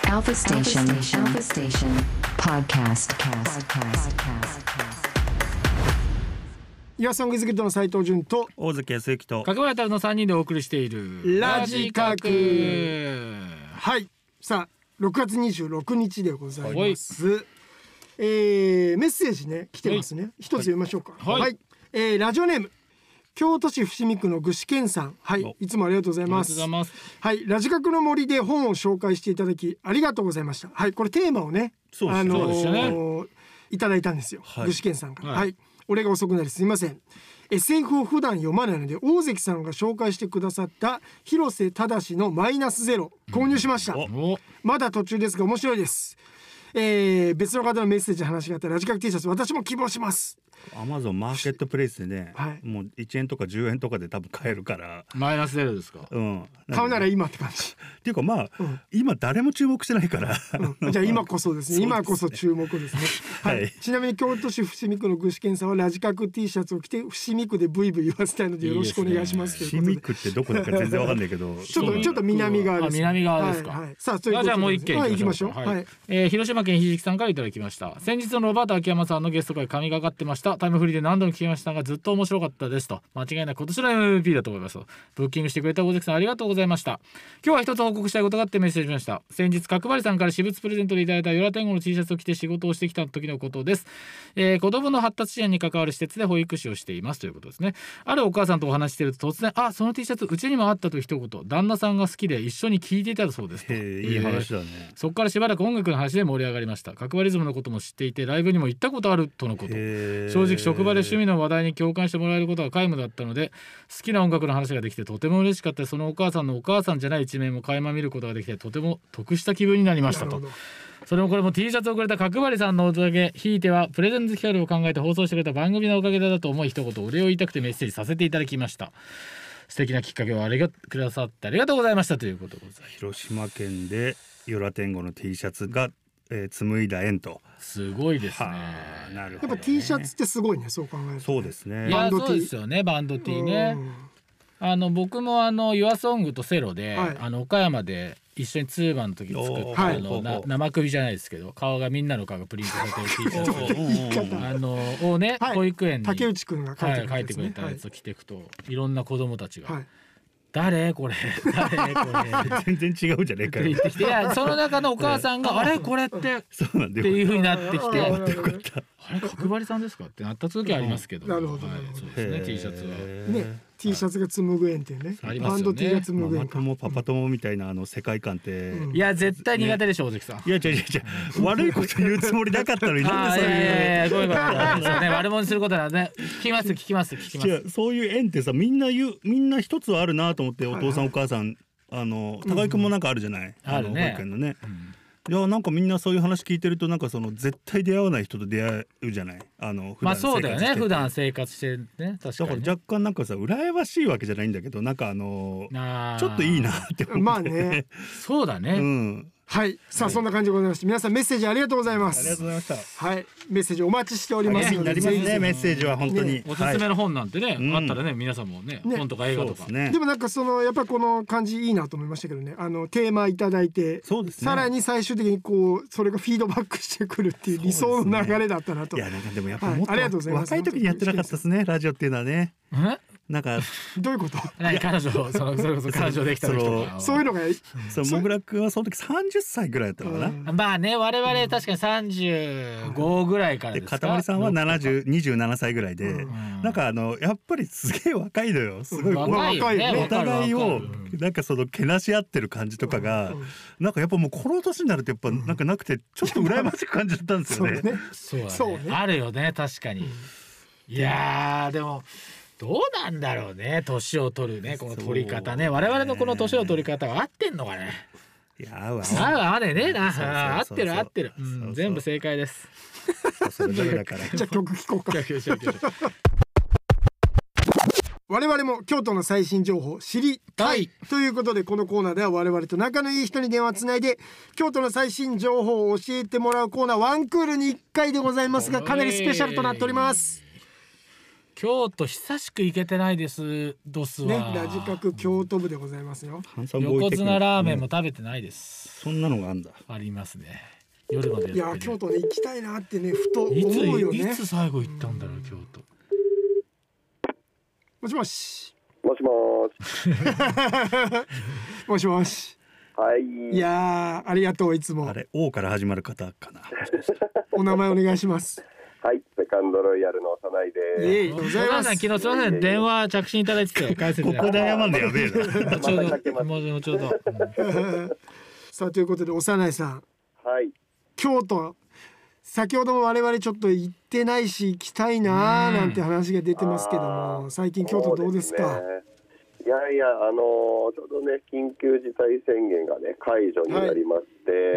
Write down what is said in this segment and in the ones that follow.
Alpha Station. Alpha Station. Podcast. 岩ソングズギルドの斉藤潤と大関康之と角林の3人でお送りしているラジカク。はい、さあ6月26日でございます。メッセージね来てますね。一つ読みましょうか。はい、ラジオネーム京都市伏見区の具志堅さん、はい、いつもありがとうございます。はい、ラジカクの森で本を紹介していただきありがとうございました。はい、これテーマをね、いただいたんですよ、具志堅さんから。はい、俺が遅くなりすみません。 SF を普段読まないので大関さんが紹介してくださった広瀬正のマイナスゼロ購入しました。まだ途中ですが面白いです。別の方のメッセージで話があったラジカク T シャツ私も希望します。 アマゾンマーケットプレイスでね、もう1円とか10円とかで多分買えるからマイナスゼロですか。 買うなら今って感じっていうかまあ、今誰も注目してないから、 じゃあ今こそですね。今こそ注目ですね。はい、ちなみに京都市伏見区の具志堅さんはラジカク T シャツを着て伏見区でブイブイ言わせたいのでよろしくお願いします。 伏見区ってどこだか全然わかんないけどちょっと南側です。 南側ですか。 さあ、じゃあもう一件行きましょう。 広島県ひじきさんからいただきました。先日のロバート秋山さんのゲスト会神がかってました。タイムフリーで何度も聞きましたがずっと面白かったですと。間違いない今年の MVP だと思います。ブッキングしてくれた大関さんありがとうございました。今日は一つ報告したいことがあってメッセージしました。先日角張さんから私物プレゼントでいただいたヨラ天狗の T シャツを着て仕事をしてきた時のことです。子供の発達支援に関わる施設で保育士をしていますということですね。あるお母さんとお話していると突然その T シャツうちにもあったと一言旦那さんが好きで一緒に聞いていたそうですと。 いい話だね。 そこからしばらく音楽の話で盛り上がりました。角張リズムのことも知っていてライブにも行ったことあるとのこと。正直職場で趣味の話題に共感してもらえることが皆無だったので好きな音楽の話ができてとても嬉しかった。そのお母さんのお母さんじゃない一面も垣間見ることができてとても得した気分になりましたと。それもこれも T シャツをくれた角張さんのおかげひいてはプレゼント企画を考えて放送してくれた番組のおかげだと思い一言お礼を言いたくてメッセージさせていただきました。素敵なきっかけをくださってありがとうございましたということでございます。 広島県でヨラ天狗の T シャツが紡いだ縁とすごいですね。 なるほどね。 やっぱ T シャツってすごいね。そう考えると。 そうですね。 いやそうですよね。バンド T ね。僕もユアソングとセロで、岡山で一緒にツーマンの時作った生首じゃないですけど顔がみんなの顔がプリントされてる T シャツをね、保育園に竹内くんが書いてくれたやつを着ていくと、いろんな子供たちが、誰これ全然違うじゃねえかよってきて、いやその中のお母さんがあれこれってっていう風になってきてあれ角張さんですかってなった時ありますけど。なるほど。そうですね。 T シャツはね T シャツが紡ぐ縁っていうね。バンド T が紡ぐ縁。 ママ友パパ友みたいな世界観って、 いや絶対苦手でしょ大関さん。 いや違う悪いこと言うつもりなかったのになんでそういうごめんそうね悪者にすることなんね。聞きますそういう縁ってさみんな一つはあるなと思って。お父さんお母さん高井君もなんかあるじゃない。 あるね。 保育園のね。いやなんかみんなそういう話聞いてるとなんか絶対出会わない人と出会うじゃない。 まあそうだよね。普段生活してね。確かに、 だから若干なんかさ羨ましいわけじゃないんだけどなんかちょっといいなって思って。 まあねそうだね。 はい、さあそんな感じでございまして皆さんメッセージありがとうございます。 ありがとうございました。 はい、メッセージお待ちしておりますので、 なりますね。メッセージは本当におすすめの本なんてね、あったらね皆さんもね本とか映画とかね。 でもなんかやっぱりこの感じいいなと思いましたけどね。テーマいただいて、さらに最終的にそれがフィードバックしてくるっていう理想の流れだったなと。 いやなんかでもやっぱもっと若い時にやってなかったですねラジオっていうのはね。なんかどういうこと？ 彼女それこそ彼女できた時とかそういうのがもぐらくんはその時30歳ぐらいだったのかな。 まあね我々確かに35ぐらいからですか。 かたまりさんは27歳ぐらいで、なんかやっぱりすげえ若いのよ。すごい若いよね。 お互いをなんかけなし合ってる感じとかがなんかやっぱもうこの年になるとやっぱなんかなくてちょっと羨ましく感じたんですよね。 そうね。あるよね確かに。いやでもどうなんだろうね。年を取るねこの取り方ね。我々のこの年を取り方は合ってんのかね。 いや合うねえな。合ってる。全部正解です。 それぞれだからじゃあ曲聴こうか。我々も京都の最新情報知りたいということでこのコーナーでは我々と仲のいい人に電話つないで京都の最新情報を教えてもらうコーナーワンクールに1回でございますがかなりスペシャルとなっております。 京都久しく行けてないですドスは、 ね、ラジカク京都部でございますよ。 横綱ラーメンも食べてないです、 そんなのがあんだ。 ありますね。夜までやって、ね、 いや京都ね行きたいなってねふと思うよね。 いつ最後行ったんだろう、京都。 もしもし。 もしもし。 もしもし。 はい。 いやありがとういつも。 あれ O から始まる方かな。 お名前お願いします。 はい、セカンドロイヤルの幼いです。 いえ、ございます。 昨日すみません、電話着信いただいてて返せてここで謝んのやべえな。 後ほど後ほど。 さあということで幼いさん。 はい。 京都。先ほども我々ちょっと行ってないし行きたいななんて話が出てますけども、最近京都どうですか？ いやいや、ちょうどね緊急事態宣言がね解除になりまして、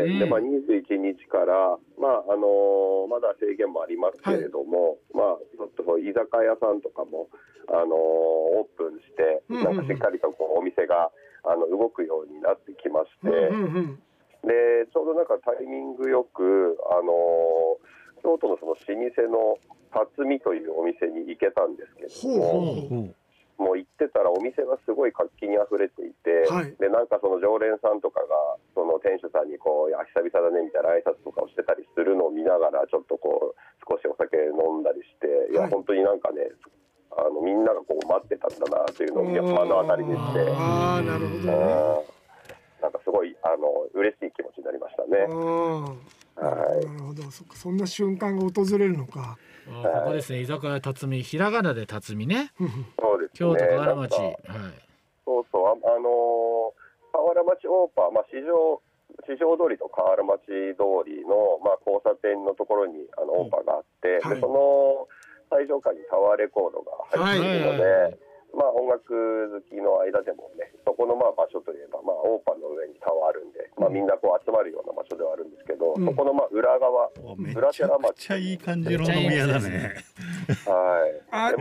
で21日からまだ制限もありますけれども、ちょっと居酒屋さんとかもオープンしてなんかしっかりとこうお店が動くようになってきまして、でちょうどなんかタイミングよく京都のその老舗の辰巳というお店に行けたんですけども。もう行ってたらお店がすごい活気にあふれていて、でなんかその常連さんとかがその店主さんにこう「いや久々だね」みたいな挨拶とかをしてたりするのを見ながらちょっとこう少しお酒飲んだりして、いや本当になんかねみんながこう待ってたんだなというのを目の当たりにして、 ああなるほどね。 なんかすごい嬉しい気持ちになりましたね。 なるほど、そんな瞬間が訪れるのか。 ここですね、居酒屋辰巳、ひらがなで辰巳ね。 そうですね。 京都河原町。はい。 そうそう河原町オーパー、市場通りと河原町通りの交差点のところにオーパーがあって、でその最上階にタワーレコードが入っているので。音楽好きの間でもね、そこの場所といえばオーパーの上にタワーあるんで、みんなこう集まるような場所ではあるんですけど、そこの裏側、裏寺町。 めちゃくちゃいい感じの飲み屋だね。 はい。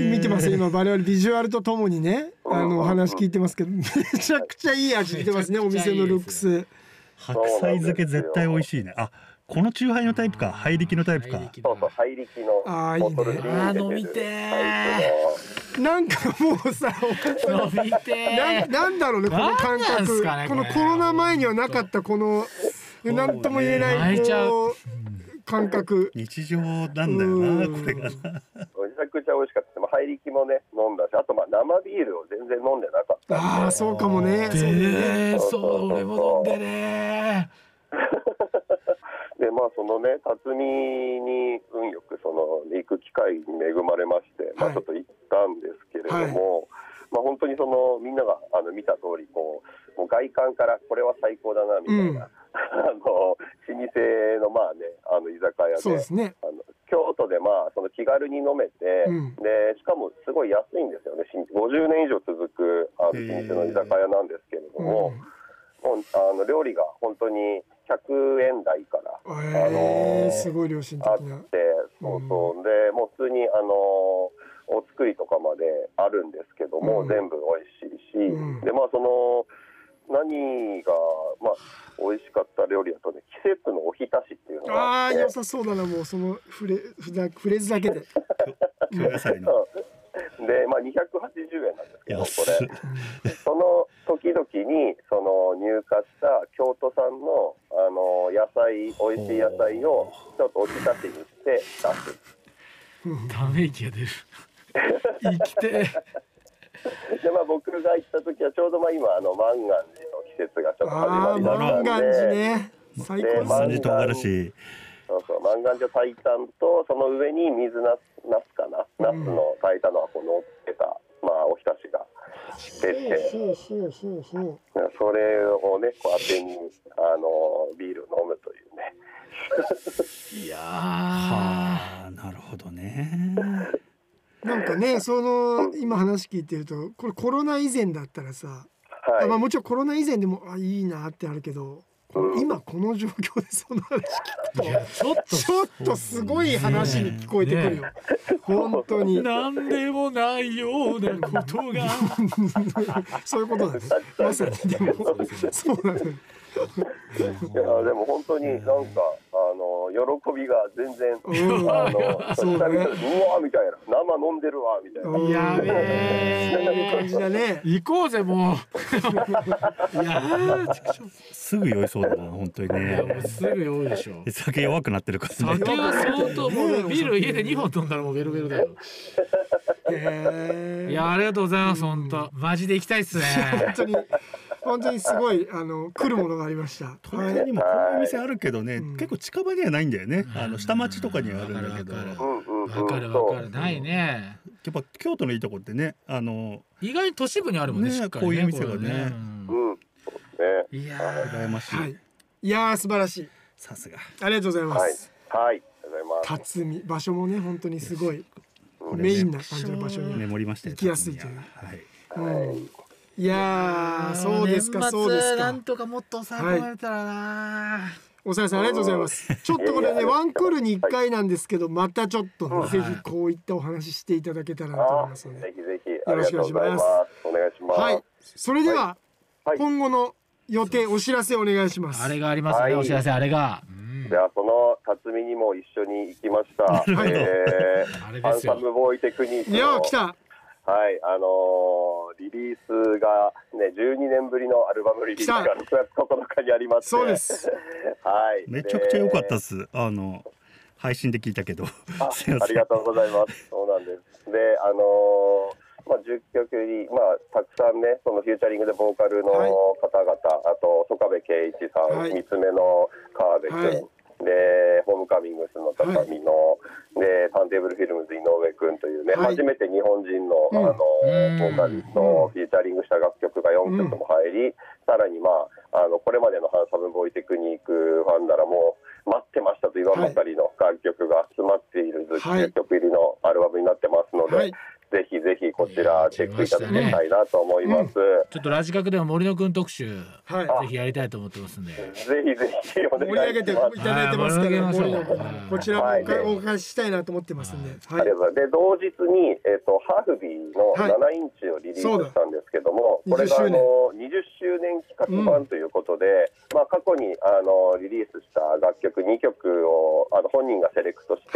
見てます今我々ビジュアルとともにねお話聞いてますけど、めちゃくちゃいい味出てますねお店のルックス。 白菜漬け絶対美味しいね。あ、このチューハイのタイプか、ハイ力のタイプか。 そうそう、ハイ力のボトルに入れてる飲みてー。なんかもうさ、 飲みてー。 なんだろうねこの感覚、このコロナ前にはなかったこのなんとも言えないこう感覚。 日常なんだよなこれがな。 めちゃくちゃ美味しかった。ハイ力もね飲んだし、あと生ビールを全然飲んでなかったんで。 ああそうかもね。 そう俺も飲んでね。 でそのね辰巳に運よく行く機会に恵まれまして、ちょっと行ったんですけれども、本当にみんなが見た通りもう外観からこれは最高だなみたいな、老舗の居酒屋で、 そうですね、 京都でその気軽に飲めて、でしかもすごい安いんですよね。50年以上続く老舗の居酒屋なんですけれども、料理が本当に100円台からすごい良心的なあって、そうそうでもう普通にお作りとかまであるんですけども、全部美味しいし、でその何が美味しかった料理だとね、季節のおひたしっていうのがあって、 良さそうだな。もうそのフレーズだけで京野菜ので280円なんですけど、これその時々に入荷した京都産の野菜、美味しい野菜をちょっとおひたしにして出す。 ため息が出る。生きて。 で僕が行った時はちょうど今万願寺の季節がちょっと始まりだったんで、 万願寺ね、最高ですね。 万願寺唐辛子。 そう万願寺炊いたんと、その上に水ナスかな、ナスの炊いたのがこう乗ってたおひたしが出て、それをねこう当てにビールを飲むというね。 いやなるほどね。 なんかね今話聞いてると、これコロナ以前だったらさ、もちろんコロナ以前でもいいなってあるけど、今この状況でその話聞くとちょっとすごい話に聞こえてくるよ、本当に。 なんでもないようなことがそういうことだね、まさに。でもそうなの。 いやでも本当になんか良喜びが全然そうね、 うわみたいな、生飲んでるわみたいな。 やべえ、 そういう感じだね。 行こうぜもう。いやすぐ酔いそうだな本当にね。 すぐ酔うでしょ。 酒弱くなってるからね。 酒は相当もうビール家で2本飲んだらもうベロベロだよ。いやありがとうございます。本当マジで行きたいっすね。 本当にすごい来るものがありました。 東京にもこういう店あるけどね、結構近場にはないんだよね。下町とかにはあるんだけど。 わかるわかる、ないね。 やっぱ京都のいいとこってね、 意外に都市部にあるもんね、しっかりね、 こういう店がね。 いや羨ましい。 いや素晴らしい。 さすが。 ありがとうございます。 はい、ありがとうございます。 辰巳場所もね本当にすごいメインな感じの場所に行きやすいという。いやそうですかそうですか。 なんとかもっと抑え込まれたらな。 おさやさんありがとうございます。ちょっとこれねワンクールに1回なんですけど、またちょっとぜひこういったお話していただけたらなと思いますので、 ぜひぜひよろしくお願いします。 お願いします。 はい、それでは今後の予定お知らせお願いします。 あれがありますね、お知らせあれが。 ではその辰巳にも一緒に行きました。ハンサムボーイテクニックの。 いや来た。 はい、リリースがね12年ぶりのアルバムリリースが6月9日にあります。 そうです。 はい。 めちゃくちゃ良かったっす。配信で聞いたけど。 ありがとうございます。そうなんです。で、10曲にたくさんね、そのフューチャリングでボーカルの方々、あと曽我部圭一さん、三つ目の川辺君。でホームカミングスの高見の、でターンテーブルフィルムズ井上くんというね、初めて日本人のボーカリストをフィーチャリングした楽曲が4曲も入り、さらにこれまでのハンサムボーイテクニックファンならもう待ってましたと言わんばかりの楽曲が詰まっている10曲入りのアルバムになってますので、ぜひぜひこちらチェックいただきたいなと思います。 ちょっとラジカクでも森野くん特集、ぜひやりたいと思ってますんで、 ぜひぜひお願いします。 盛り上げていただいてますから森野くん、こちらもお貸ししたいなと思ってますんで。 で同日にハーフビーの7インチをリリースしたんですけども、これが20周年企画版ということで、過去にリリースした楽曲2曲を本人がセレクトして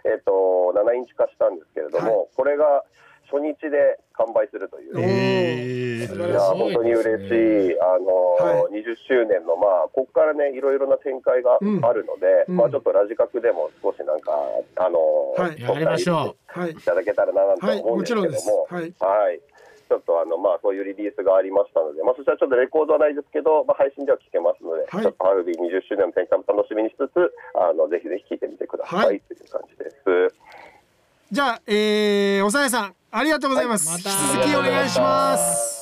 、7インチ化したんですけれども、これが初日で完売するという、いや本当に嬉しい20周年のここからねいろいろな展開があるので、ちょっとラジカクでも少しなんかやりましょういただけたらなと思うんですけども、ちょっとそういうリリースがありましたので、そしたらちょっとレコードはないですけど、配信では聴けますので、ちょっとハルビー20周年の展開も楽しみにしつつ、ぜひぜひ聴いてみてくださいという感じです。 じゃあ、おさやさんありがとうございます。引き続きお願いします。